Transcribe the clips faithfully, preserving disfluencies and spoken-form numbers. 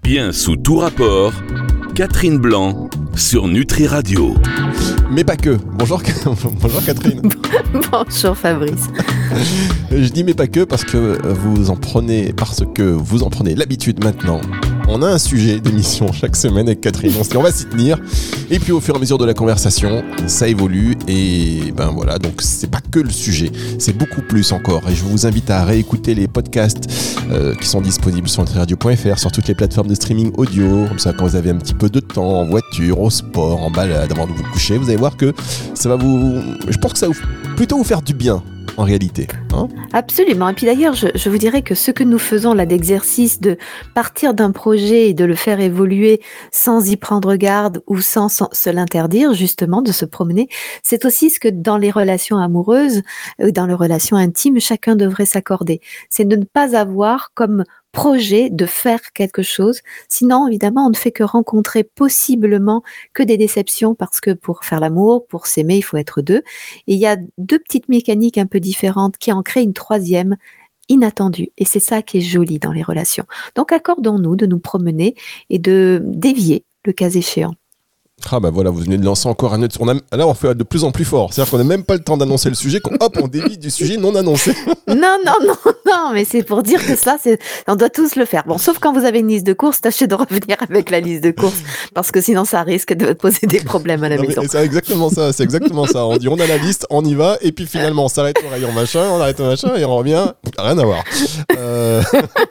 Bien sous tout rapport, Catherine Blanc sur Nutri Radio. Mais pas que. Bonjour, bonjour Catherine. Bonjour Fabrice. Je dis mais pas que parce que vous en prenez, parce que vous en prenez l'habitude maintenant. On a un sujet d'émission chaque semaine avec Catherine. On se dit on va s'y tenir. Et puis au fur et à mesure de la conversation, ça évolue. Et ben voilà, donc c'est pas que le sujet, c'est beaucoup plus encore. Et je vous invite à réécouter les podcasts euh, qui sont disponibles sur nutri radio point f r, sur toutes les plateformes de streaming audio. Comme ça, quand vous avez un petit peu de temps, en voiture, au sport, en balade, avant de vous coucher, vous allez voir que ça va vous... Je pense que ça va vous... plutôt vous faire du bien. En réalité. Hein ? Absolument. Et puis d'ailleurs, je, je vous dirais que ce que nous faisons là d'exercice, de partir d'un projet et de le faire évoluer sans y prendre garde ou sans, sans se l'interdire, justement, de se promener, c'est aussi ce que dans les relations amoureuses, dans les relations intimes, chacun devrait s'accorder. C'est de ne pas avoir comme projet de faire quelque chose. Sinon, évidemment, on ne fait que rencontrer possiblement que des déceptions parce que pour faire l'amour, pour s'aimer, il faut être deux. Et il y a deux petites mécaniques un peu différentes qui en créent une troisième inattendue. Et c'est ça qui est joli dans les relations. Donc, accordons-nous de nous promener et de dévier le cas échéant. Ah bah voilà, vous venez de lancer encore un autre... On a... Là, on fait de plus en plus fort. C'est-à-dire qu'on n'a même pas le temps d'annoncer le sujet, qu'on... hop, on dévie du sujet non annoncé. Non, non, non, non, mais c'est pour dire que ça, c'est... on doit tous le faire. Bon, sauf quand vous avez une liste de courses, tâchez de revenir avec la liste de courses, parce que sinon, ça risque de poser des problèmes à la non, maison. C'est exactement ça, c'est exactement ça. On dit, on a la liste, on y va, et puis finalement, on s'arrête au rayon machin, on arrête au machin, et on revient, rien à voir. Euh...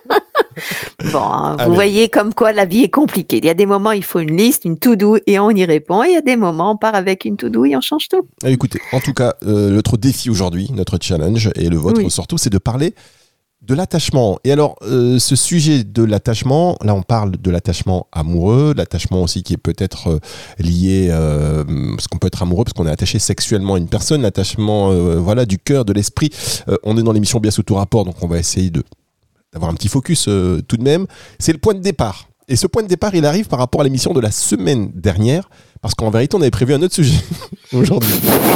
Bon, hein, vous Allez. voyez comme quoi la vie est compliquée. Il y a des moments, il faut une liste, une to-do, et on y répond. Et il y a des moments, on part avec une to-do et on change tout. Ah, écoutez, en tout cas, euh, notre défi aujourd'hui, notre challenge, et le vôtre oui. surtout, c'est de parler de l'attachement. Et alors, euh, ce sujet de l'attachement, là, on parle de l'attachement amoureux, l'attachement aussi qui est peut-être euh, lié, euh, parce qu'on peut être amoureux parce qu'on est attaché sexuellement à une personne, l'attachement euh, voilà, du cœur, de l'esprit. Euh, on est dans l'émission Bien sous tout rapport, donc on va essayer de d'avoir un petit focus euh, tout de même. C'est le point de départ. Et ce point de départ, il arrive par rapport à l'émission de la semaine dernière, parce qu'en vérité, on avait prévu un autre sujet aujourd'hui.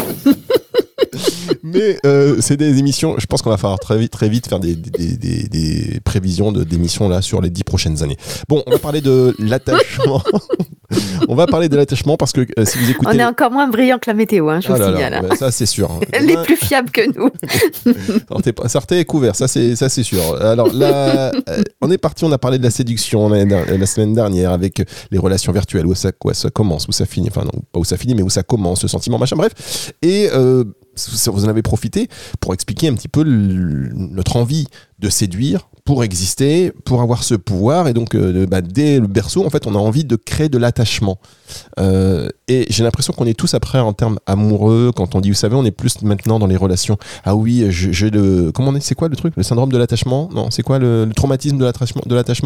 Mais euh, c'est des émissions, je pense qu'on va falloir très vite, très vite faire des, des, des, des prévisions de, d'émissions là sur les dix prochaines années. Bon, on va parler de l'attachement. On va parler de l'attachement parce que euh, si vous écoutez... On est encore moins brillant que la météo, hein, je vous ah là signale. Là, bah, ça, c'est sûr. Elle est plus fiable que nous. sortez, sortez couvert, ça c'est, ça, c'est sûr. Alors là, euh, on est parti, on a parlé de la séduction la, la semaine dernière avec les relations virtuelles, où ça, où ça commence, où ça finit. Enfin, non, pas où ça finit, mais où ça commence, le sentiment, machin, bref. Et... Euh, vous en avez profité pour expliquer un petit peu le, notre envie de séduire pour exister, pour avoir ce pouvoir. Et donc, euh, bah, dès le berceau, en fait, on a envie de créer de l'attachement. Euh, et j'ai l'impression qu'on est tous après en termes amoureux. Quand on dit, vous savez, on est plus maintenant dans les relations. Ah oui, j'ai le... Comment on est, c'est quoi le truc ? Le syndrome de l'attachement ? Non, c'est quoi le, le traumatisme de l'attachement, de l'attachement ?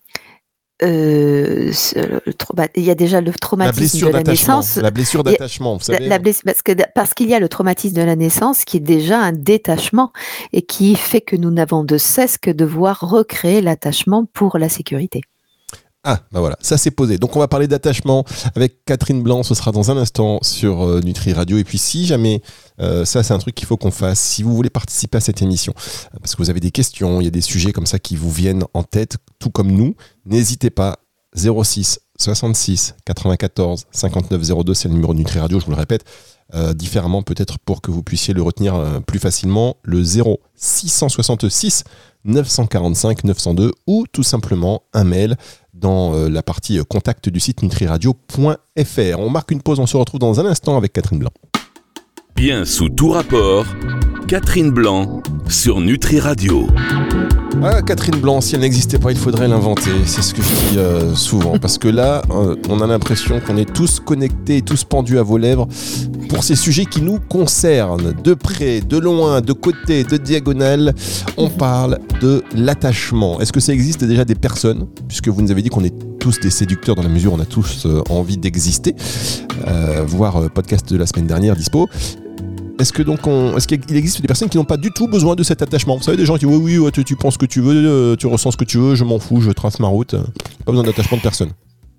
Euh, le tra- il y a déjà le traumatisme de la naissance. La blessure d'attachement, vous savez. La, la bless- parce, que, parce qu'il y a le traumatisme de la naissance qui est déjà un détachement et qui fait que nous n'avons de cesse que devoir recréer l'attachement pour la sécurité. Ah, bah voilà, ça c'est posé. Donc on va parler d'attachement avec Catherine Blanc, ce sera dans un instant sur euh, Nutri Radio. Et puis si jamais, euh, ça c'est un truc qu'il faut qu'on fasse, si vous voulez participer à cette émission, parce que vous avez des questions, il y a des sujets comme ça qui vous viennent en tête, tout comme nous, n'hésitez pas, zéro six soixante-six quatre-vingt-quatorze cinquante-neuf zéro deux, c'est le numéro de Nutri Radio, je vous le répète, euh, différemment peut-être pour que vous puissiez le retenir euh, plus facilement, le zéro six cent soixante-six neuf cent quarante-cinq neuf cent deux ou tout simplement un mail dans euh, la partie euh, contact du site nutri radio point f r. On marque une pause, on se retrouve dans un instant avec Catherine Blanc. Bien sous tout rapport, Catherine Blanc sur Nutri Radio. Ah, Catherine Blanc, si elle n'existait pas, il faudrait l'inventer. C'est ce que je dis euh, souvent. Parce que là, euh, on a l'impression qu'on est tous connectés, tous pendus à vos lèvres pour ces sujets qui nous concernent. De près, de loin, de côté, de diagonale, on parle de l'attachement. Est-ce que ça existe déjà des personnes ? Puisque vous nous avez dit qu'on est tous des séducteurs dans la mesure où on a tous euh, envie d'exister. Euh, voir euh, podcast de la semaine dernière, dispo. Est-ce que donc on, est-ce qu'il existe des personnes qui n'ont pas du tout besoin de cet attachement ? Vous savez, des gens qui disent oui, oui, ouais, tu, tu penses ce que tu veux, tu ressens ce que tu veux, je m'en fous, je trace ma route. Pas besoin d'attachement de personne.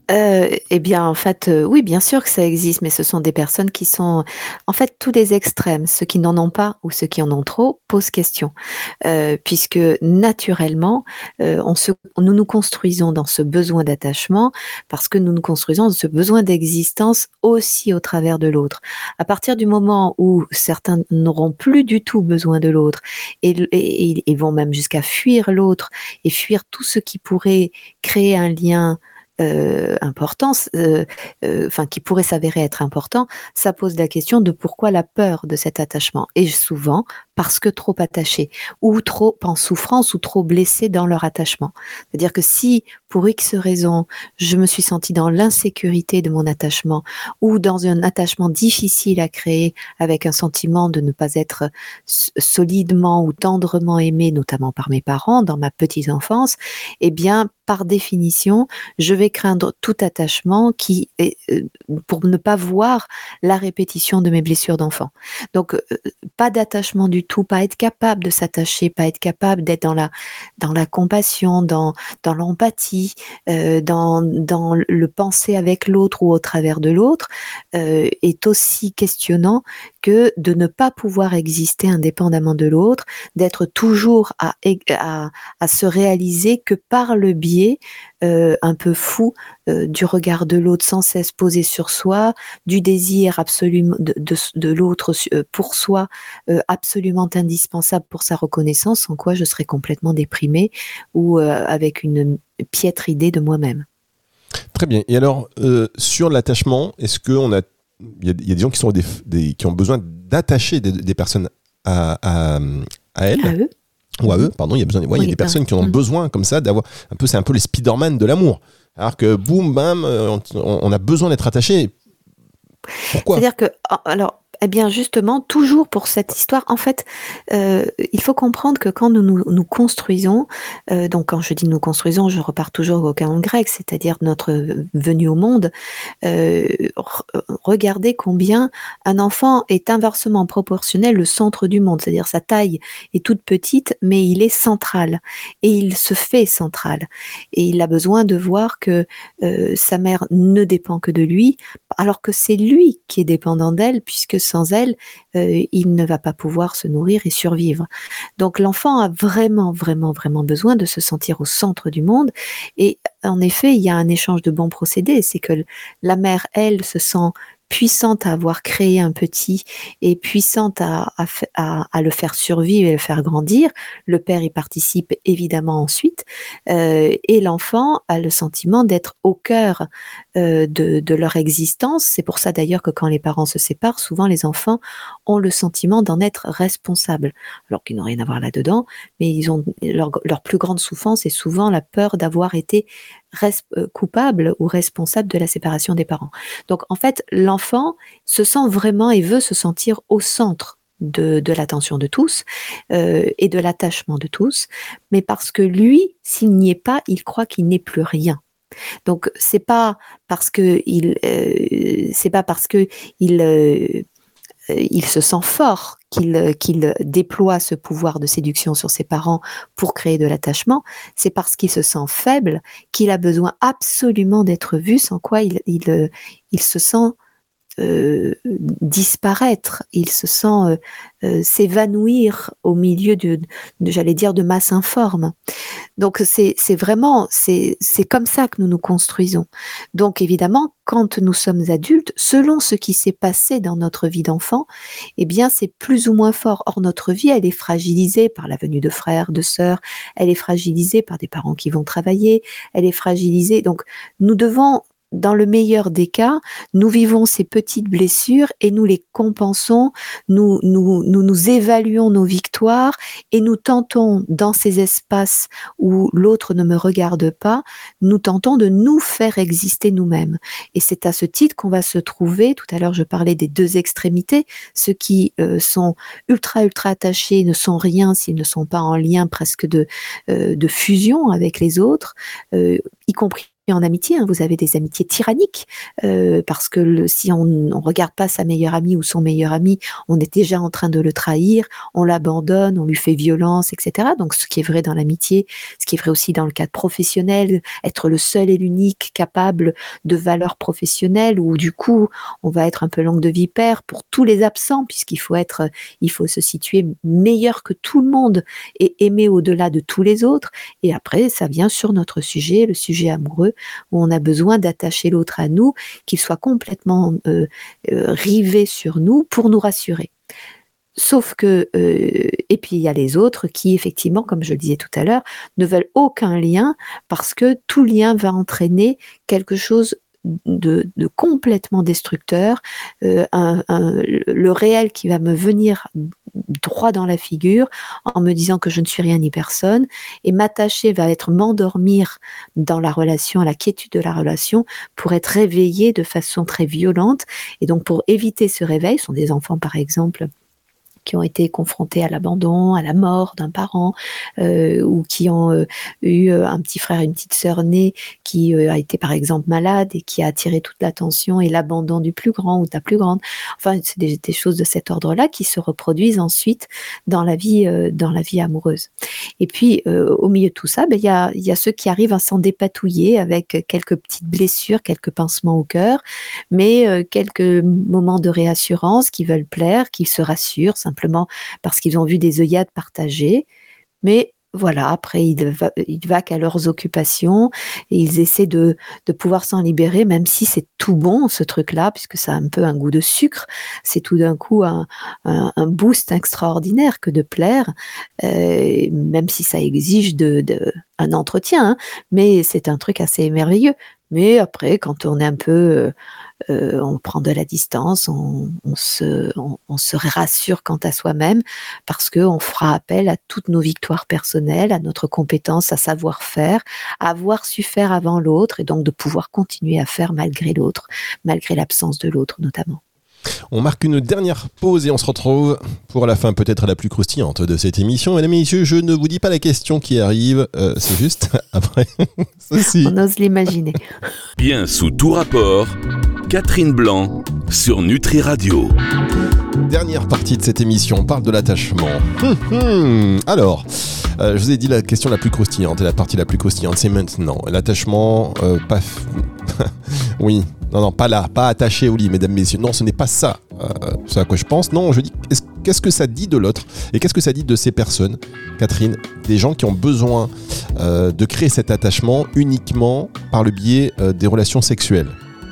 Heu, eh bien, en fait, heu, oui, bien sûr que ça existe, mais ce sont des personnes qui sont en fait, tous les extrêmes, ceux qui n'en ont pas ou ceux qui en ont trop, posent question. Heu, puisque naturellement, heu, on se nous nous construisons dans ce besoin d'attachement parce que nous nous construisons dans ce besoin d'existence aussi au travers de l'autre. À partir du moment où certains n'auront plus du tout besoin de l'autre et l et et et vont même jusqu'à fuir l'autre et fuir tout ce qui pourrait créer un lien, heu, important, s heu heu, enfin qui pourrait s'avérer être important, ça pose la question de pourquoi la peur de cet attachement? Et souvent parce que trop attachés ou trop en souffrance ou trop blessés dans leur attachement. C'est-à-dire que si, pour X raison, je me suis sentie dans l'insécurité de mon attachement ou dans un attachement difficile à créer avec un sentiment de ne pas être s solidement ou tendrement aimée, notamment par mes parents dans ma petite enfance, eh bien, par définition, je vais craindre tout attachement qui est, heu, pour ne pas voir la répétition de mes blessures d'enfant. Donc, heu, pas d'attachement du tout, pas être capable de s'attacher, pas être capable d'être dans la dans la compassion, dans dans l'empathie, heu, dans dans le penser avec l'autre ou au travers de l'autre, heu, est aussi questionnant que de ne pas pouvoir exister indépendamment de l'autre, d'être toujours à ég à à se réaliser que par le biais, heu, un peu fou, heu, du regard de l'autre sans cesse posé sur soi, du désir absolument de de s de l'autre su heu, pour soi, heu, absolument indispensable pour sa reconnaissance, sans quoi je serais complètement déprimée ou, heu, avec une piètre idée de moi-même. Très bien. Et alors, euh, sur l'attachement, est-ce qu'on a, il y a, il y a des gens qui sont des, des- qui ont besoin d'attacher des, des personnes à, à, à À elles eux? ou à Mmh. eux, pardon. Il y a besoin, ouais, il y a Oui, des pardon. personnes qui en ont Mmh. besoin comme ça d'avoir un peu, c'est un peu les Spider-Man de l'amour. Alors que boum, bam, euh, on, on a besoin d'être attaché. Pourquoi? C'est-à-dire que a alors, eh bien, justement, toujours pour cette histoire, en fait, heu, il faut comprendre que quand nous nous nous construisons, heu, donc quand je dis nous construisons, je repars toujours au canon grec, c'est-à-dire notre, heu, venue au monde, heu, re regardez combien un enfant est inversement proportionnel au centre du monde. C'est-à-dire sa taille est toute petite, mais il est central et il se fait central et il a besoin de voir que, heu, sa mère ne dépend que de lui, alors que c'est lui qui est dépendant d'elle puisque sans elle, heu, il ne va pas pouvoir se nourrir et survivre. Donc l'enfant a vraiment, vraiment, vraiment besoin de se sentir au centre du monde et en effet, il y a un échange de bons procédés. C'est que l la mère, elle, se sent puissante à avoir créé un petit et puissante à à f à à le faire survivre et le faire grandir. Le père y participe évidemment ensuite, heu et l'enfant a le sentiment d'être au cœur, heu, de de leur existence. C'est pour ça d'ailleurs que quand les parents se séparent, souvent les enfants ont le sentiment d'en être responsables, alors qu'ils n'ont rien à voir là-dedans, mais ils ont leur leur plus grande souffrance est souvent la peur d'avoir été res heu, coupable ou responsable de la séparation des parents. Donc en fait, l'enfant se sent vraiment et veut se sentir au centre de de l'attention de tous, heu et de l'attachement de tous, mais parce que lui, s'il n'y est pas, il croit qu'il n'est plus rien. Donc c'est pas parce qu'il, heu, c'est pas parce qu'il, heu heu, il se sent fort qu'il, heu, qu'il déploie ce pouvoir de séduction sur ses parents pour créer de l'attachement. C'est parce qu'il se sent faible qu'il a besoin absolument d'être vu, sans quoi il il, heu, il se sent, heu, disparaître. Il se sent, heu heu, s'évanouir au milieu de de j'allais dire de masse informe. Donc c'est c'est vraiment c'est c'est comme ça que nous nous construisons. Donc évidemment, quand nous sommes adultes, selon ce qui s'est passé dans notre vie d'enfant, eh bien c'est plus ou moins fort. Or notre vie, elle est fragilisée par la venue de frères, de sœurs, elle est fragilisée par des parents qui vont travailler, elle est fragilisée donc nous devons dans le meilleur des cas, nous vivons ces petites blessures et nous les compensons, nous nous nous nous évaluons nos victoires et nous tentons dans ces espaces où l'autre ne me regarde pas, nous tentons de nous faire exister nous-mêmes. Et c'est à ce titre qu'on va se trouver, tout à l'heure je parlais des deux extrémités, ceux qui euh, sont ultra ultra attachés ne sont rien s'ils ne sont pas en lien presque de, euh, de fusion avec les autres, euh, y compris mais en amitié, hein, vous avez des amitiés tyranniques, euh, parce que le, si on ne regarde pas sa meilleure amie ou son meilleur ami, on est déjà en train de le trahir, on l'abandonne, on lui fait violence, et cetera. Donc ce qui est vrai dans l'amitié, ce qui est vrai aussi dans le cadre professionnel, être le seul et l'unique capable de valeurs professionnelles, où du coup on va être un peu langue de vipère pour tous les absents, puisqu'il faut être, il faut se situer meilleur que tout le monde et aimer au-delà de tous les autres. Et après, ça vient sur notre sujet, le sujet amoureux, où on a besoin d'attacher l'autre à nous, qu'il soit complètement euh, euh, rivé sur nous pour nous rassurer. Sauf que, euh, et puis il y a les autres qui, effectivement, comme je le disais tout à l'heure, ne veulent aucun lien, parce que tout lien va entraîner quelque chose de, de complètement destructeur, euh, un, un, le réel qui va me venir droit dans la figure en me disant que je ne suis rien ni personne, et m'attacher va être m'endormir dans la relation, à la quiétude de la relation, pour être réveillé de façon très violente. Et donc pour éviter ce réveil, ce sont des enfants par exemple qui ont été confrontés à l'abandon, à la mort d'un parent, euh, ou qui ont euh, eu un petit frère et une petite sœur née qui euh, a été par exemple malade et qui a attiré toute l'attention et l'abandon du plus grand ou de la plus grande. Enfin, c'est des, des choses de cet ordre-là qui se reproduisent ensuite dans la vie, euh, dans la vie amoureuse. Et puis, euh, au milieu de tout ça, ben, y a, y a ceux qui arrivent à s'en dépatouiller avec quelques petites blessures, quelques pincements au cœur, mais euh, quelques moments de réassurance, qui veulent plaire, qui se rassurent, simplement parce qu'ils ont vu des œillades partagées. Mais voilà, après, ils, va, ils vaquent à leurs occupations et ils essaient de, de pouvoir s'en libérer, même si c'est tout bon, ce truc-là, puisque ça a un peu un goût de sucre. C'est tout d'un coup un, un, un boost extraordinaire que de plaire, euh, même si ça exige de, de, un entretien, hein, mais c'est un truc assez merveilleux. Mais après, quand on est un peu... Euh, on prend de la distance, on, on, se, on, on se rassure quant à soi-même, parce qu'on fera appel à toutes nos victoires personnelles, à notre compétence, à savoir faire, à avoir su faire avant l'autre, et donc de pouvoir continuer à faire malgré l'autre, malgré l'absence de l'autre notamment. On marque une dernière pause et on se retrouve pour la fin peut-être la plus croustillante de cette émission. Mesdames et messieurs, je ne vous dis pas la question qui arrive, euh, c'est juste après ceci. On ose l'imaginer. Bien sous tout rapport, Catherine Blanc sur Nutri Radio. Dernière partie de cette émission, on parle de l'attachement. Hum, hum. Alors, euh, je vous ai dit la question la plus croustillante et la partie la plus croustillante, c'est maintenant. L'attachement, euh, pas... F... oui, non, non, pas là, pas attaché au lit, mesdames, messieurs. Non, ce n'est pas ça, euh, c'est à quoi je pense. Non, je dis, qu'est-ce que ça dit de l'autre ? Et qu'est-ce que ça dit de ces personnes, Catherine, des gens qui ont besoin euh, de créer cet attachement uniquement par le biais euh, des relations sexuelles ?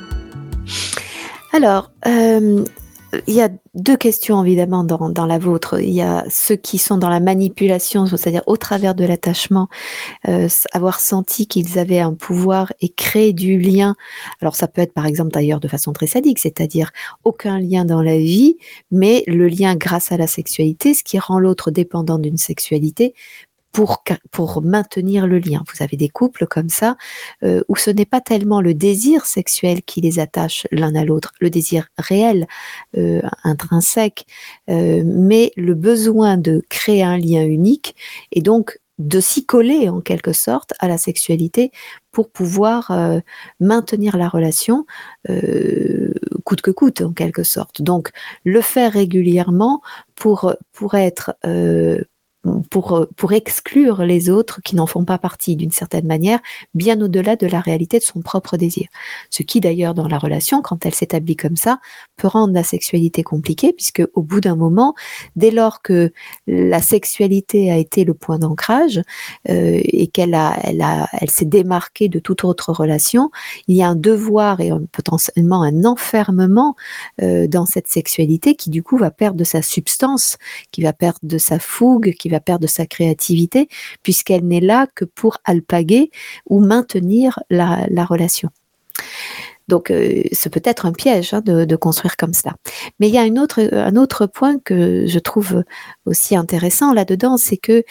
Alors, euh, il y a deux questions évidemment dans, dans la vôtre. Il y a ceux qui sont dans la manipulation, c'est-à-dire au travers de l'attachement, euh, avoir senti qu'ils avaient un pouvoir et créer du lien. Alors ça peut être par exemple d'ailleurs de façon très sadique, c'est-à-dire aucun lien dans la vie, mais le lien grâce à la sexualité, ce qui rend l'autre dépendant d'une sexualité, Pour, pour maintenir le lien. Vous avez des couples comme ça, euh, où ce n'est pas tellement le désir sexuel qui les attache l'un à l'autre, le désir réel, euh, intrinsèque, euh, mais le besoin de créer un lien unique, et donc de s'y coller en quelque sorte à la sexualité pour pouvoir euh, maintenir la relation euh, coûte que coûte en quelque sorte. Donc le faire régulièrement pour, pour être... Euh, Pour, pour exclure les autres qui n'en font pas partie d'une certaine manière, bien au-delà de la réalité de son propre désir. Ce qui d'ailleurs dans la relation, quand elle s'établit comme ça, peut rendre la sexualité compliquée, puisque au bout d'un moment, dès lors que la sexualité a été le point d'ancrage euh, et qu'elle a, elle a, elle s'est démarquée de toute autre relation, il y a un devoir et un, potentiellement un enfermement euh, dans cette sexualité qui du coup va perdre de sa substance, qui va perdre de sa fougue, qui va perdre de sa créativité, puisqu'elle n'est là que pour alpaguer ou maintenir la, la relation. Donc, euh, ce peut être un piège hein, de, de construire comme ça. Mais il y a une autre, un autre point que je trouve aussi intéressant là-dedans, c'est que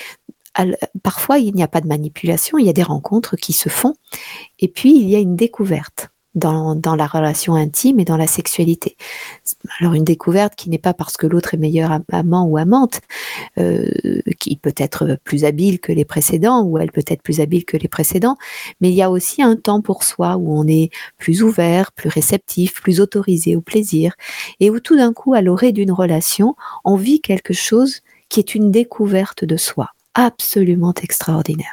parfois, il n'y a pas de manipulation, il y a des rencontres qui se font, et puis il y a une découverte. dans, dans la relation intime et dans la sexualité. Alors une découverte qui n'est pas parce que l'autre est meilleur amant ou amante, euh, qui peut être plus habile que les précédents, ou elle peut être plus habile que les précédents, mais il y a aussi un temps pour soi où on est plus ouvert, plus réceptif, plus autorisé au plaisir, et où tout d'un coup, à l'orée d'une relation, on vit quelque chose qui est une découverte de soi, absolument extraordinaire.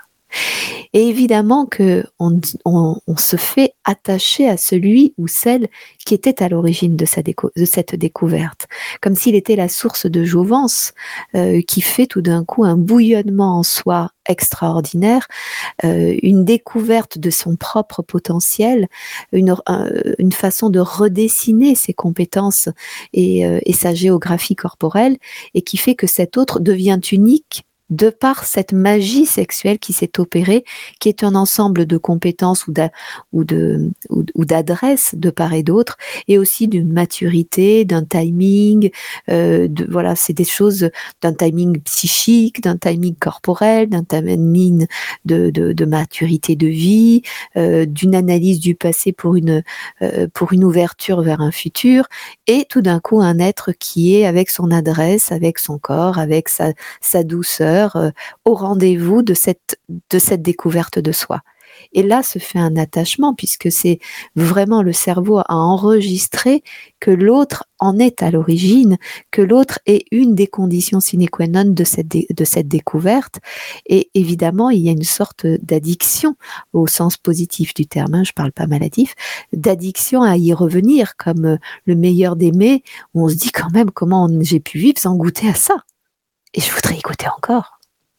Et évidemment qu'on on, on se fait attacher à celui ou celle qui était à l'origine de, sa déco- de cette découverte, comme s'il était la source de jouvence euh, qui fait tout d'un coup un bouillonnement en soi extraordinaire, euh, une découverte de son propre potentiel, une, euh, une façon de redessiner ses compétences et, euh, et sa géographie corporelle, et qui fait que cet autre devient unique de par cette magie sexuelle qui s'est opérée, qui est un ensemble de compétences ou, d'a, ou, de, ou, ou d'adresses de part et d'autre, et aussi d'une maturité, d'un timing, euh, de, voilà, c'est des choses d'un timing psychique, d'un timing corporel, d'un timing de, de, de maturité de vie, euh, d'une analyse du passé pour une, euh, pour une ouverture vers un futur, et tout d'un coup un être qui est avec son adresse, avec son corps, avec sa, sa douceur, Euh, au rendez-vous de cette, de cette découverte de soi. Et là se fait un attachement, puisque c'est vraiment le cerveau à enregistrer que l'autre en est à l'origine, que l'autre est une des conditions sine qua non de cette, dé, de cette découverte. Et évidemment, il y a une sorte d'addiction, au sens positif du terme, hein, je ne parle pas malatif, d'addiction à y revenir, comme le meilleur des mets, où on se dit quand même comment on, j'ai pu vivre sans goûter à ça. Et je voudrais y goûter encore.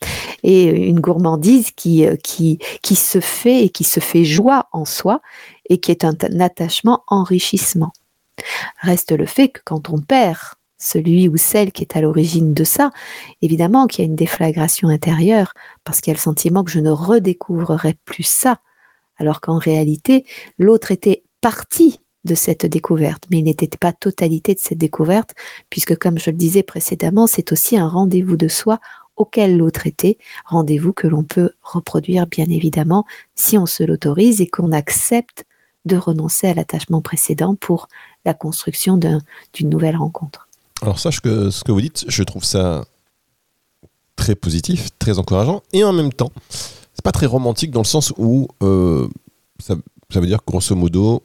Et une gourmandise qui, qui, qui se fait et qui se fait joie en soi, et qui est un, un attachement enrichissement. Reste le fait que quand on perd celui ou celle qui est à l'origine de ça, évidemment qu'il y a une déflagration intérieure, parce qu'il y a le sentiment que je ne redécouvrerai plus ça, alors qu'en réalité, l'autre était parti de cette découverte, mais il n'était pas totalité de cette découverte, puisque comme je le disais précédemment, c'est aussi un rendez-vous de soi auquel l'autre était, rendez-vous que l'on peut reproduire bien évidemment si on se l'autorise et qu'on accepte de renoncer à l'attachement précédent pour la construction d'un, d'une nouvelle rencontre. Alors sache que ce que vous dites, je trouve ça très positif, très encourageant, et en même temps, c'est pas très romantique dans le sens où euh, ça, ça veut dire que grosso modo,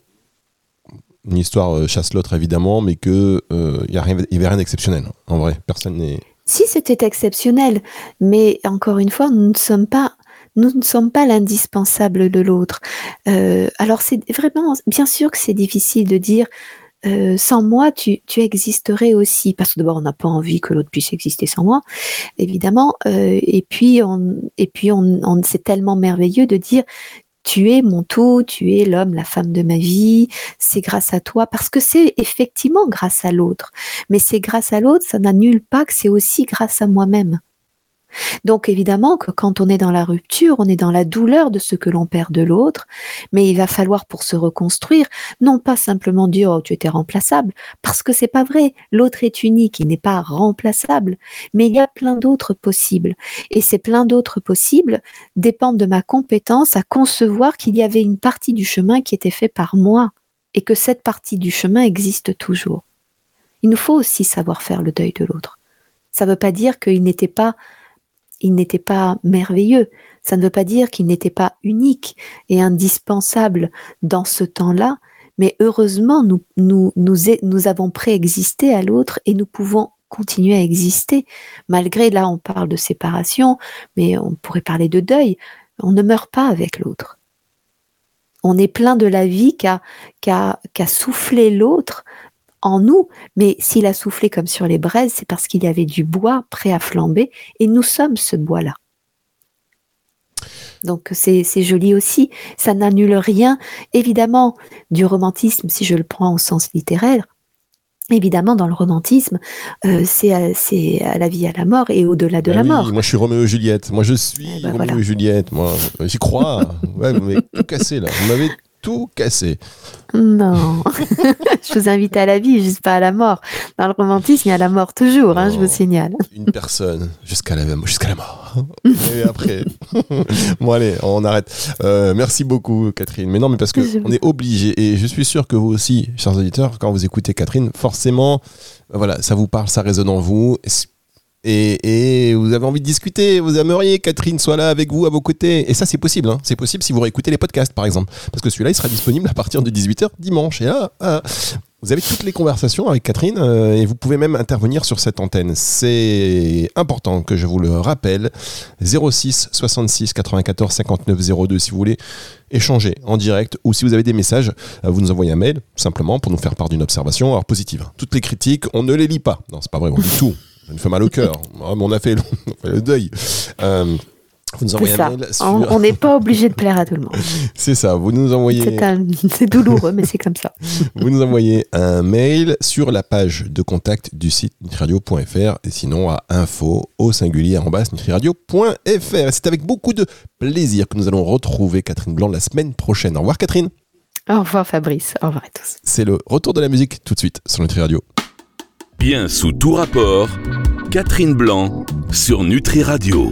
une histoire chasse l'autre évidemment, mais qu'il euh, n'y avait rien d'exceptionnel. En vrai, personne n'est... Si, c'était exceptionnel, mais encore une fois, nous ne sommes pas, nous ne sommes pas l'indispensable de l'autre. Euh, alors c'est vraiment, bien sûr que c'est difficile de dire euh, sans moi tu, tu existerais aussi, parce que d'abord on n'a pas envie que l'autre puisse exister sans moi, évidemment, euh, et puis on, et puis on, on, c'est tellement merveilleux de dire tu es mon tout, tu es l'homme, la femme de ma vie, c'est grâce à toi, parce que c'est effectivement grâce à l'autre. Mais c'est grâce à l'autre, ça n'annule pas que c'est aussi grâce à moi-même. Donc évidemment que quand on est dans la rupture, on est dans la douleur de ce que l'on perd de l'autre, mais il va falloir pour se reconstruire, non pas simplement dire oh, tu étais remplaçable, parce que c'est pas vrai, l'autre est unique, il n'est pas remplaçable, mais il y a plein d'autres possibles, et ces plein d'autres possibles dépendent de ma compétence à concevoir qu'il y avait une partie du chemin qui était fait par moi, et que cette partie du chemin existe toujours. Il nous faut aussi savoir faire le deuil de l'autre. Ça ne veut pas dire qu'il n'était pas il n'était pas merveilleux. Ça ne veut pas dire qu'il n'était pas unique et indispensable dans ce temps-là, mais heureusement, nous, nous, nous, nous avons préexisté à l'autre et nous pouvons continuer à exister. Malgré, là, on parle de séparation, mais on pourrait parler de deuil. On ne meurt pas avec l'autre. On est plein de la vie qu'a, qu'a, qu'a soufflé l'autre en nous, mais s'il a soufflé comme sur les braises, c'est parce qu'il y avait du bois prêt à flamber, et nous sommes ce bois-là. Donc c'est, c'est joli aussi, ça n'annule rien, évidemment, du romantisme, si je le prends au sens littéraire. Évidemment, dans le romantisme, euh, c'est, à, c'est à la vie, à la mort, et au-delà de bah la oui, mort. Moi, je suis Roméo et Juliette. Moi, je suis eh ben Roméo voilà. et Juliette. Moi, j'y crois. Ouais, vous m'avez tout cassé, là. Vous m'avez tout casser. Non, je vous invite à la vie, juste pas à la mort. Dans le romantisme, il y a la mort toujours, hein, je vous signale. Une personne jusqu'à la, jusqu'à la mort. Et après, bon allez, on arrête. Euh, merci beaucoup Catherine. Mais non, mais parce que je... on est obligé, et je suis sûr que vous aussi, chers auditeurs, quand vous écoutez Catherine, forcément, voilà, ça vous parle, ça résonne en vous. Et, et vous avez envie de discuter, vous aimeriez Catherine soit là avec vous, à vos côtés. Et ça, c'est possible. Hein. C'est possible si vous réécoutez les podcasts, par exemple. Parce que celui-là, il sera disponible à partir de dix-huit heures dimanche. Et là, ah, vous avez toutes les conversations avec Catherine euh, et vous pouvez même intervenir sur cette antenne. C'est important que je vous le rappelle. zéro six soixante-six quatre-vingt-quatorze cinquante-neuf zéro deux si vous voulez échanger en direct ou si vous avez des messages, vous nous envoyez un mail simplement pour nous faire part d'une observation alors positive. Toutes les critiques, on ne les lit pas. Non, c'est pas vrai, on lit tout. Ça nous fait mal au cœur. On a fait le, on a fait le deuil. Euh, vous nous envoyez c'est un ça. mail sur... On n'est pas obligé de plaire à tout le monde. C'est ça. Vous nous envoyez. C'est, un... c'est douloureux, mais c'est comme ça. Vous nous envoyez un mail sur la page de contact du site nutriradio point f r et sinon à info au singulier arobase nutriradio point f r. C'est avec beaucoup de plaisir que nous allons retrouver Catherine Blanc la semaine prochaine. Au revoir Catherine. Au revoir Fabrice. Au revoir à tous. C'est le retour de la musique tout de suite sur Nutri Radio. Bien sous tout rapport, Catherine Blanc sur Nutri Radio.